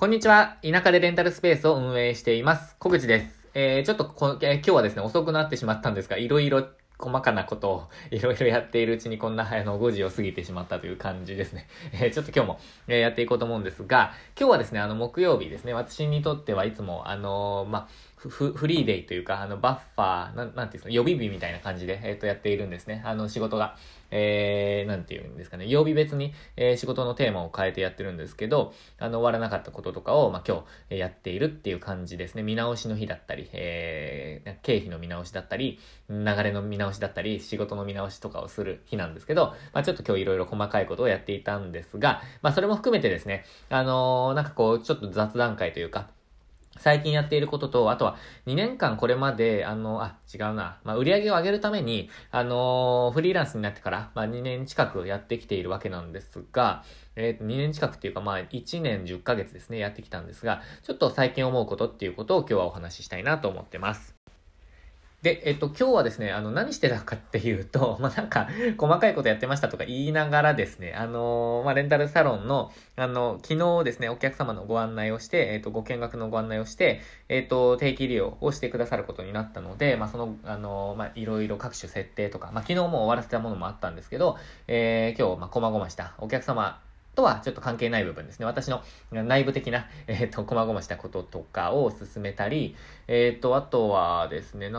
こんにちは。田舎でレンタルスペースを運営しています。小口です。ちょっと今日はですね、遅くなってしまったんですが、いろいろ細かなことをいろいろやっているうちにこんな5時を過ぎてしまったという感じですね。ちょっと今日も、やっていこうと思うんですが、今日はですね、木曜日ですね、私にとってはいつも、フリーデイというか、バッファー、なんていうんですか、予備日みたいな感じで、やっているんですね。仕事が。なんていうんですかね、曜日別に、仕事のテーマを変えてやってるんですけど、終わらなかったこととかを、今日、やっているっていう感じですね。見直しの日だったり、経費の見直しだったり、流れの見直しだったり、仕事の見直しとかをする日なんですけど、ちょっと今日いろいろ細かいことをやっていたんですが、それも含めてですね、ちょっと雑談会というか、最近やっていることと、あとは2年間これまで、違うな。売り上げを上げるために、フリーランスになってから、2年近くやってきているわけなんですが、2年近くっていうか、1年10ヶ月ですね、やってきたんですが、ちょっと最近思うことっていうことを今日はお話ししたいなと思ってます。で、今日はですね、何してたかっていうと、細かいことやってましたとか言いながらですね、レンタルサロンの、昨日ですね、お客様のご案内をして、ご見学のご案内をして、定期利用をしてくださることになったので、いろいろ各種設定とか、昨日もう終わらせたものもあったんですけど、今日、細々したお客様とはちょっと関係ない部分ですね。私の内部的な、細々したこととかを進めたり、あとはですね、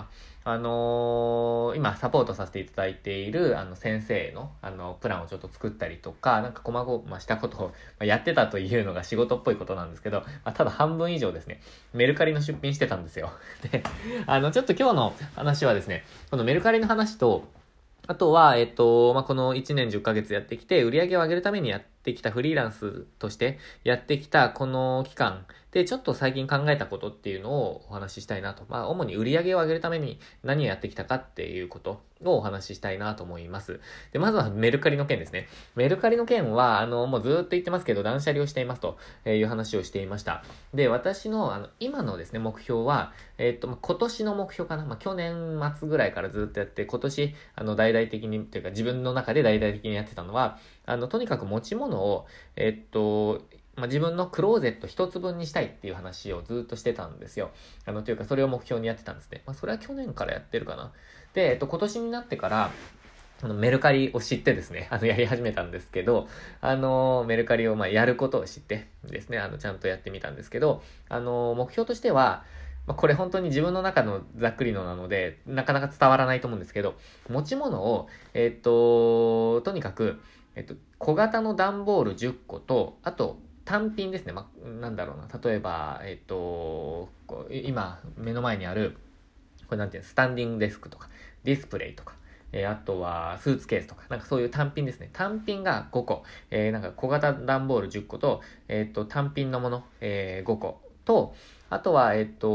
今サポートさせていただいている、先生の、プランをちょっと作ったりとか、細々したことをやってたというのが仕事っぽいことなんですけど、ただ半分以上ですね、メルカリの出品してたんですよ。で、ちょっと今日の話はですね、このメルカリの話と、あとは、この1年10ヶ月やってきて、売り上げを上げるためにやってきたフリーランスとしてやってきたこの期間で、ちょっと最近考えたことっていうのをお話ししたいなと。主に売り上げを上げるために何をやってきたかっていうことをお話ししたいなと思います。で、まずはメルカリの件ですね。メルカリの件は、もうずーっと言ってますけど、断捨離をしていますという話をしていました。で、私の、今のですね、目標は、今年の目標かな。去年末ぐらいからずっとやって、今年、大々的に、というか自分の中で大々的にやってたのは、とにかく持ち物を、自分のクローゼット一つ分にしたいっていう話をずっとしてたんですよ。というか、それを目標にやってたんですね。それは去年からやってるかな。で、今年になってから、メルカリを知ってですね、やり始めたんですけど、メルカリをやることを知ってですね、ちゃんとやってみたんですけど、目標としては、これ本当に自分の中のざっくりのなので、なかなか伝わらないと思うんですけど、持ち物を、とにかく、小型の段ボール10個と、あと、単品ですね。例えば、今、目の前にある、これなんていうの、スタンディングデスクとか、ディスプレイとか、あとはスーツケースとか、そういう単品ですね。単品が5個、小型段ボール10個と、単品のもの、5個と、あとは、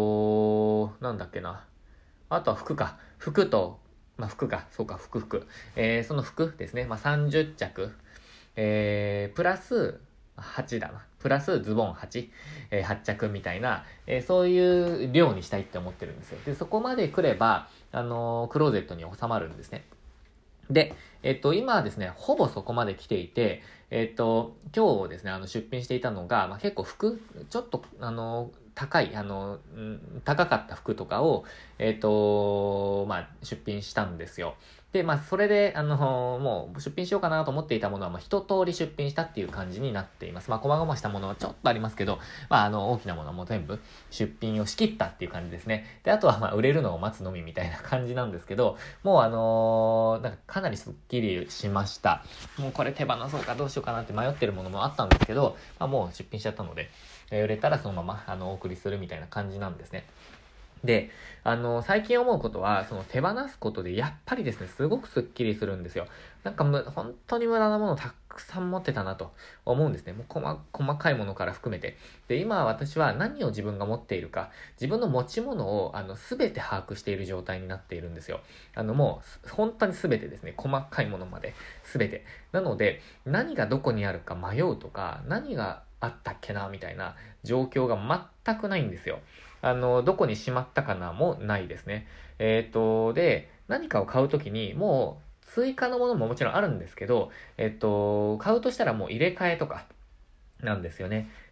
あとは服か。服と、服か。そうか、服。その服ですね。30着。プラス、8だな。プラスズボン8、8着みたいな、そういう量にしたいって思ってるんですよ。で、そこまで来れば、クローゼットに収まるんですね。で、今はですね、ほぼそこまで来ていて、今日ですね、出品していたのが、結構服、ちょっと、高い、高かった服とかを、出品したんですよ。で、それで、もう出品しようかなと思っていたものは、一通り出品したっていう感じになっています。細々したものはちょっとありますけど、大きなものはもう全部出品をしきったっていう感じですね。で、あとは、売れるのを待つのみみたいな感じなんですけど、もう、かなりスッキリしました。もうこれ手放そうかどうしようかなって迷ってるものもあったんですけど、もう出品しちゃったので、売れたらそのまま、お送りするみたいな感じなんですね。で、最近思うことは、その手放すことで、やっぱりですね、すごくスッキリするんですよ。本当に無駄なものをたくさん持ってたなと思うんですね。もう細かいものから含めて。で、今私は何を自分が持っているか、自分の持ち物を、すべて把握している状態になっているんですよ。もう、本当にすべてですね、細かいものまで、すべて。なので、何がどこにあるか迷うとか、何があったっけな、みたいな状況が全くないんですよ。どこにしまったかなもないですね。で、何かを買うときに、もう、追加のものももちろんあるんですけど、買うとしたらもう入れ替えとか、なんですよね。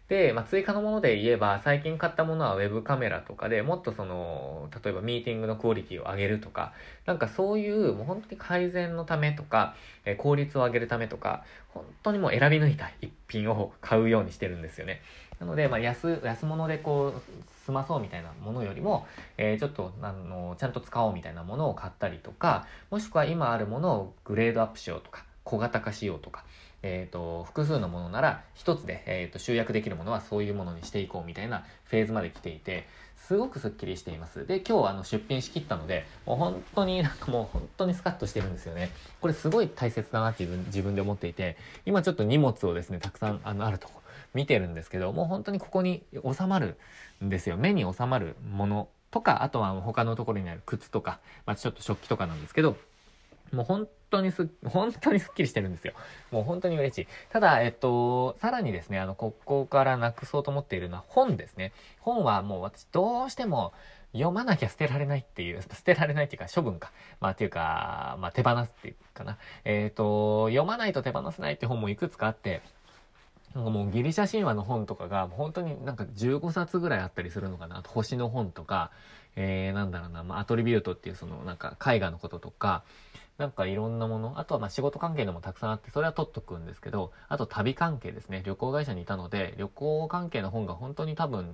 で、追加のもので言えば、最近買ったものはウェブカメラとかでもっと例えばミーティングのクオリティを上げるとか、なんかそういうもう本当に改善のためとか、効率を上げるためとか、本当にもう選び抜いた一品を買うようにしてるんですよね。なので、安物で済まそうみたいなものよりも、ちょっとちゃんと使おうみたいなものを買ったりとか、もしくは今あるものをグレードアップしようとか、小型化しようとか、複数のものなら一つで、集約できるものはそういうものにしていこうみたいなフェーズまで来ていて、すごくスッキリしています。で、今日出品しきったので、もう本当に本当にスカッとしてるんですよね。これすごい大切だなって自分で思っていて、今ちょっと荷物をですね、たくさんあるとこ見てるんですけど、もう本当にここに収まるんですよ。目に収まるものとか、あとは他のところにある靴とか、ちょっと食器とかなんですけど、もう本当にすっきりしてるんですよ。もう本当に嬉しい。ただ、さらにですね、ここからなくそうと思っているのは本ですね。本はもう私どうしても読まなきゃ捨てられないっていう、捨てられないっていうか処分か。っていうか、手放すっていうかな。読まないと手放せないって本もいくつかあって、なんかもうギリシャ神話の本とかが本当になんか15冊ぐらいあったりするのかな。あと星の本とか、なんだろうな、アトリビュートっていうなんか絵画のこととか、なんかいろんなもの、あとは仕事関係でもたくさんあって、それは取っとくんですけど、あと旅関係ですね。旅行会社にいたので、旅行関係の本が本当に多分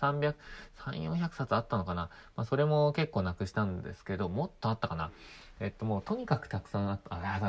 2、300、3、400冊あったのかな。それも結構なくしたんですけど、もっとあったかな。もうとにかくたくさんあった、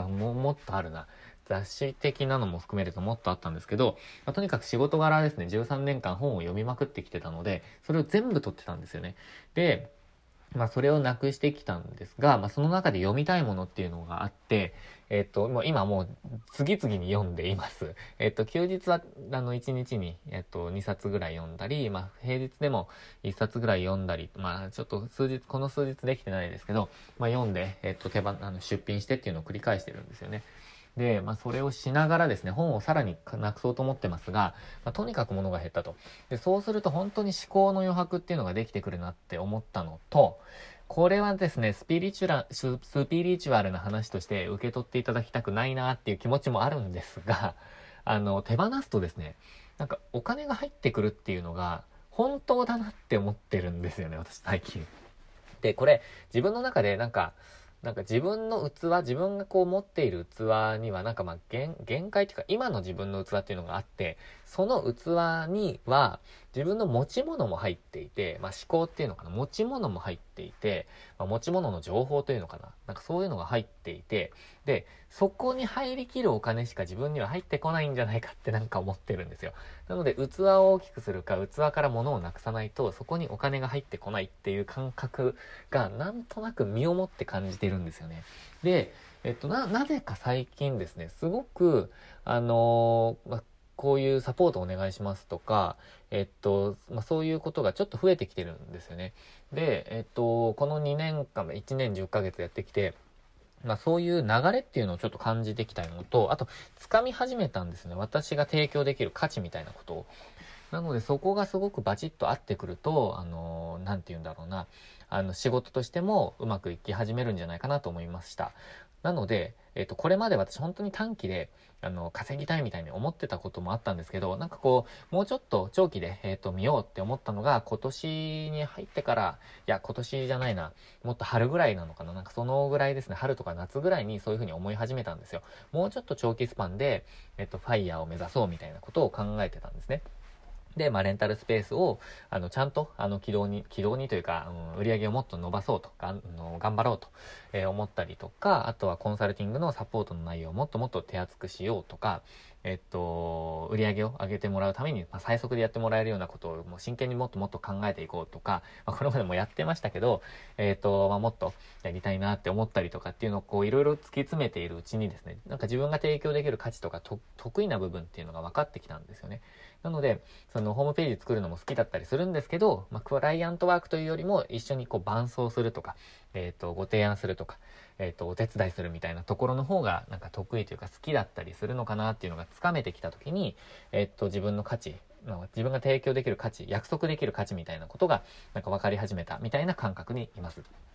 もっとあるな。雑誌的なのも含めるともっとあったんですけど、とにかく仕事柄ですね、13年間本を読みまくってきてたので、それを全部取ってたんですよね。で、それをなくしてきたんですが、その中で読みたいものっていうのがあって、今もう次々に読んでいます。休日は、1日に、2冊ぐらい読んだり、平日でも1冊ぐらい読んだり、ちょっとこの数日できてないですけど、読んで、出品してっていうのを繰り返してるんですよね。で、それをしながらですね、本をさらになくそうと思ってますが、とにかく物が減ったと。で、そうすると本当に思考の余白っていうのができてくるなって思ったのと、これはですね、スピリチュアルな話として受け取っていただきたくないなっていう気持ちもあるんですが、手放すとですね、なんかお金が入ってくるっていうのが本当だなって思ってるんですよね、私最近。で、これ自分の中でなんか自分の器、自分が持っている器には限界っていうか今の自分の器っていうのがあって、その器には自分の持ち物も入っていて、思考っていうのかな、持ち物も入っていて、持ち物の情報というのかな、なんかそういうのが入っていて、で、そこに入りきるお金しか自分には入ってこないんじゃないかって思ってるんですよ。なので器を大きくするか、器から物をなくさないとそこにお金が入ってこないっていう感覚がなんとなく身をもって感じてるんですよね。で、なぜか最近ですね、すごくこういうサポートお願いしますとか、そういうことがちょっと増えてきてるんですよね。で、この2年間、1年10ヶ月やってきて、そういう流れっていうのをちょっと感じてきたのと、あと、掴み始めたんですね。私が提供できる価値みたいなことを。なので、そこがすごくバチッと合ってくると、なんて言うんだろうな、仕事としてもうまくいき始めるんじゃないかなと思いました。なので、これまで私本当に短期で、稼ぎたいみたいに思ってたこともあったんですけど、もうちょっと長期で、見ようって思ったのが、今年に入ってから、いや、今年じゃないな、もっと春ぐらいなのかな、そのぐらいですね、春とか夏ぐらいにそういうふうに思い始めたんですよ。もうちょっと長期スパンで、ファイヤーを目指そうみたいなことを考えてたんですね。で、レンタルスペースを、ちゃんと、軌道にというか、売り上げをもっと伸ばそうと、頑張ろうと、思ったりとか、あとはコンサルティングのサポートの内容をもっともっと手厚くしようとか、売り上げを上げてもらうために、最速でやってもらえるようなことをもう真剣にもっともっと考えていこうとか、これまでもやってましたけど、もっとやりたいなって思ったりとかっていうのをいろいろ突き詰めているうちにですね、自分が提供できる価値とか得意な部分っていうのが分かってきたんですよね。なので、ホームページ作るのも好きだったりするんですけど、クライアントワークというよりも一緒に伴走するとか、ご提案するとか、お手伝いするみたいなところの方が得意というか好きだったりするのかなっていうのがつかめてきたときに、自分の価値、自分が提供できる価値、約束できる価値みたいなことが分かり始めたみたいな感覚にいます。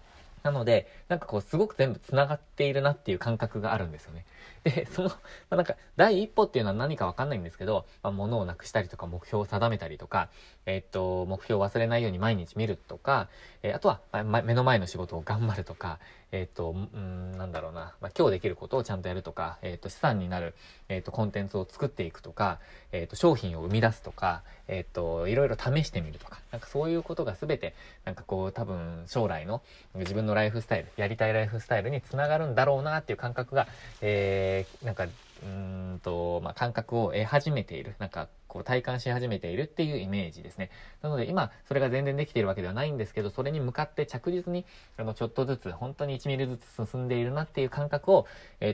なので、なんかこう、すごく全部繋がっているなっていう感覚があるんですよね。で、なんか、第一歩っていうのは何かわかんないんですけど、物をなくしたりとか、目標を定めたりとか、目標を忘れないように毎日見るとか、あとは、目の前の仕事を頑張るとか、なんだろうな、今日できることをちゃんとやるとか、資産になる、コンテンツを作っていくとか、商品を生み出すとか、いろいろ試してみるとか、なんかそういうことがすべて、なんかこう、多分将来の自分のライフスタイル、やりたいライフスタイルにつながるんだろうなっていう感覚が、なんか、感覚を得始めている、なんかこう体感し始めているっていうイメージですね。なので今それが全然できているわけではないんですけど、それに向かって着実にちょっとずつ本当に1ミリずつ進んでいるなっていう感覚を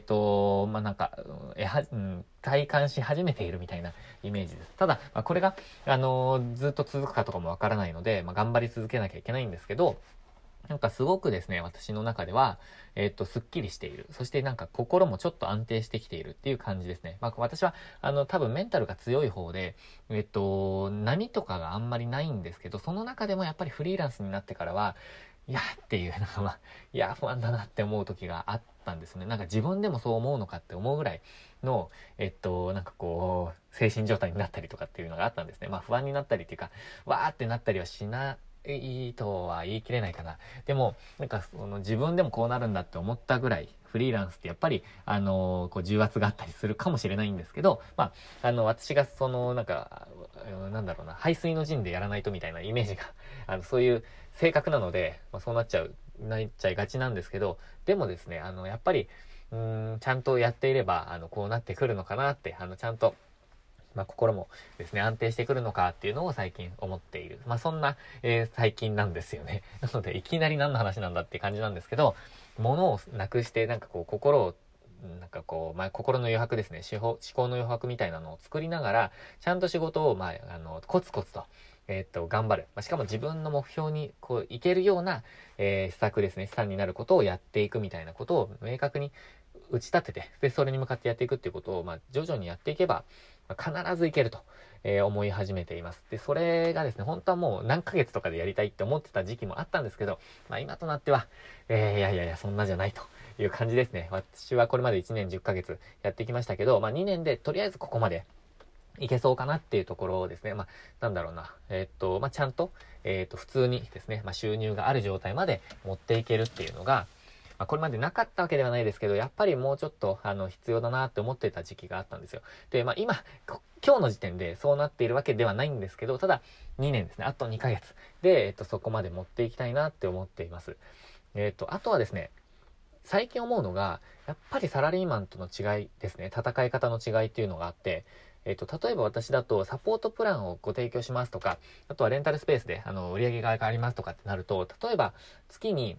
体感し始めているみたいなイメージです。ただ、これがずっと続くかとかもわからないので、頑張り続けなきゃいけないんですけど、なんかすごくですね、私の中では、すっきりしている。そしてなんか心もちょっと安定してきているっていう感じですね。私は、多分メンタルが強い方で、波とかがあんまりないんですけど、その中でもやっぱりフリーランスになってからは、いやっていう、いや、不安だなって思う時があったんですね。なんか自分でもそう思うのかって思うぐらいの、なんかこう、精神状態になったりとかっていうのがあったんですね。不安になったりっていうか、わーってなったりはしないいとは言い切れないかな。でも、なんか自分でもこうなるんだって思ったぐらい、フリーランスってやっぱり、こう重圧があったりするかもしれないんですけど、私がなんだろうな、背水の陣でやらないとみたいなイメージが、そういう性格なので、そうなっちゃいがちなんですけど、でもですね、やっぱり、ちゃんとやっていれば、こうなってくるのかなって、ちゃんと、心もですね、安定してくるのかっていうのを最近思っている。そんな、最近なんですよね。なので、いきなり何の話なんだっていう感じなんですけど、物をなくして、なんかこう、心の余白ですね、思考の余白みたいなのを作りながら、ちゃんと仕事を、コツコツと、頑張る。しかも自分の目標に、こう、いけるような、施策ですね、資産になることをやっていくみたいなことを明確に打ち立てて、で、それに向かってやっていくっていうことを、徐々にやっていけば、必ずいけると、思い始めています。で、それがですね、本当はもう何ヶ月とかでやりたいって思ってた時期もあったんですけど、今となっては、いや、そんなじゃないという感じですね。私はこれまで1年10ヶ月やってきましたけど、2年でとりあえずここまでいけそうかなっていうところをですね、なんだろうな、ちゃんと、普通にですね、収入がある状態まで持っていけるっていうのが、これまでなかったわけではないですけど、やっぱりもうちょっと、必要だなって思ってた時期があったんですよ。で、今日の時点でそうなっているわけではないんですけど、ただ、2年ですね、あと2ヶ月で、そこまで持っていきたいなって思っています。あとはですね、最近思うのが、やっぱりサラリーマンとの違いですね、戦い方の違いっていうのがあって、例えば私だとサポートプランをご提供しますとか、あとはレンタルスペースで売り上げが上がりますとかってなると、例えば月に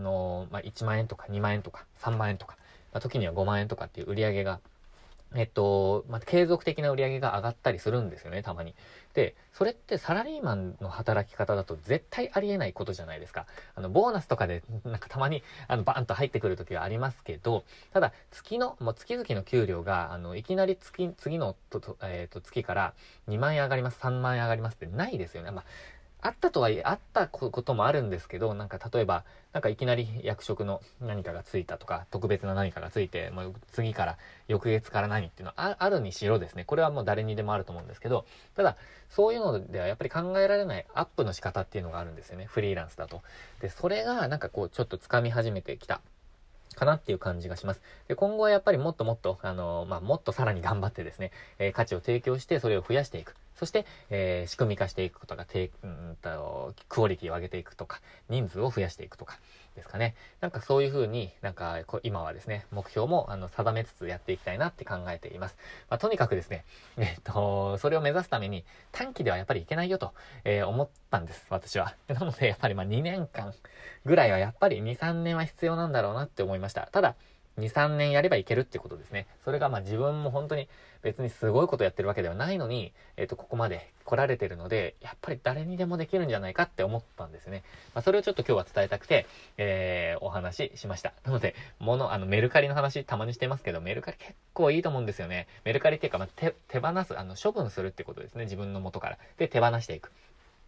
1万円とか2万円とか3万円とか、時には5万円とかっていう売り上げが継続的な売り上げが上がったりするんですよね、たまに。で、それってサラリーマンの働き方だと絶対ありえないことじゃないですか。ボーナスとかで、なんかたまに、バーンと入ってくる時はありますけど、ただ、月々の給料が、いきなり次の月から2万円上がります、3万円上がりますってないですよね。あったとはいえ、あったこともあるんですけど、なんか例えば、なんかいきなり役職の何かがついたとか、特別な何かがついて、次から、翌月から何っていうのはあるにしろですね。これはもう誰にでもあると思うんですけど、ただ、そういうのではやっぱり考えられないアップの仕方っていうのがあるんですよね。フリーランスだと。で、それがなんかこう、ちょっと掴み始めてきた。かなっていう感じがします。で、今後はやっぱりもっともっと、もっとさらに頑張ってですね、価値を提供してそれを増やしていく。そして、仕組み化していくことが、クオリティを上げていくとか、人数を増やしていくとかですかね。なんかそういうふうになんか今はですね、目標も定めつつやっていきたいなって考えています。とにかくですね、それを目指すために短期ではやっぱりいけないよと、思ったんです、私は。なので、やっぱり2年間ぐらいはやっぱり2、3年は必要なんだろうなって思いました。ただ、2、3年やればいけるってことですね。それが自分も本当に別にすごいことやってるわけではないのに、ここまで来られてるので、やっぱり誰にでもできるんじゃないかって思ったんですね。それをちょっと今日は伝えたくて、お話ししました。なので、メルカリの話たまにしてますけど、メルカリ結構いいと思うんですよね。メルカリっていうか、手放す、処分するってことですね。自分の元から。で、手放していく。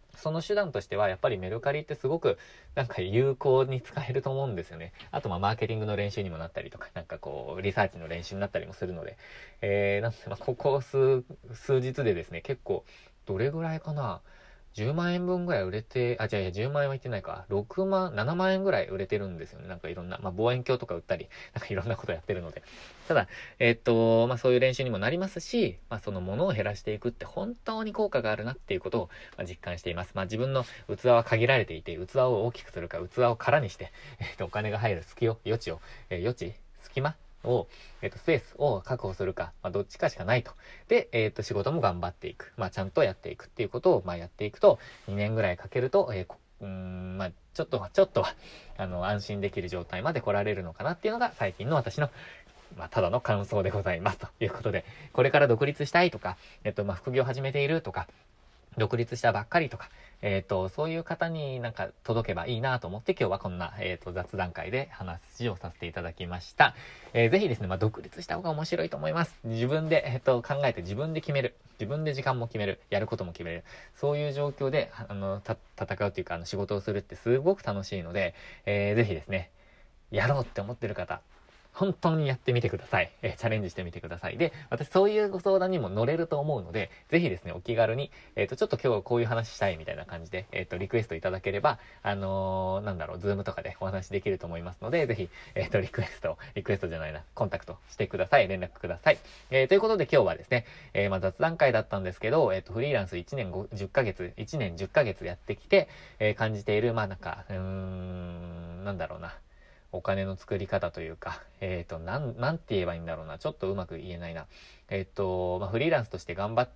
その手段としてはやっぱりメルカリってすごくなんか有効に使えると思うんですよね。あとマーケティングの練習にもなったりとか、なんかこうリサーチの練習になったりもするので、なんでここ数日でですね、結構どれぐらいかな、10万円分ぐらい売れて、10万円は言ってないか、6万、7万円ぐらい売れてるんですよね。なんかいろんな、望遠鏡とか売ったり、なんかいろんなことやってるので。ただ、そういう練習にもなりますし、その物を減らしていくって本当に効果があるなっていうことを実感しています。自分の器は限られていて、器を大きくするか、器を空にして、お金が入る隙間を、スペースを確保するか、どっちかしかないと。で、仕事も頑張っていく。ちゃんとやっていくっていうことを、やっていくと、2年ぐらいかけると、ちょっとは、安心できる状態まで来られるのかなっていうのが最近の私の、ただの感想でございます。ということで、これから独立したいとか、副業始めているとか、独立したばっかりとか、そういう方になんか届けばいいなと思って今日はこんな、雑談会で話をさせていただきました。ぜひですね、独立した方が面白いと思います。自分で、考えて自分で決める。自分で時間も決める。やることも決める。そういう状況で、戦うというか、仕事をするってすごく楽しいので、ぜひですね、やろうって思ってる方、本当にやってみてください。チャレンジしてみてください。で、私そういうご相談にも乗れると思うので、ぜひですね、お気軽に、ちょっと今日こういう話したいみたいな感じで、リクエストいただければ、ズームとかでお話できると思いますので、ぜひ、リクエストじゃないな、コンタクトしてください。連絡ください。ということで今日はですね、雑談会だったんですけど、フリーランス1年10ヶ月やってきて、感じている、お金の作り方というか、なんて言えばいいんだろうな。ちょっとうまく言えないな。フリーランスとして頑張って、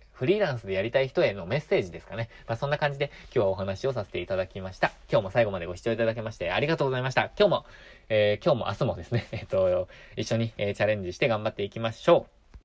フリーランスでやりたい人へのメッセージですかね。そんな感じで今日はお話をさせていただきました。今日も最後までご視聴いただきましてありがとうございました。今日も明日もですね、一緒にチャレンジして頑張っていきましょう。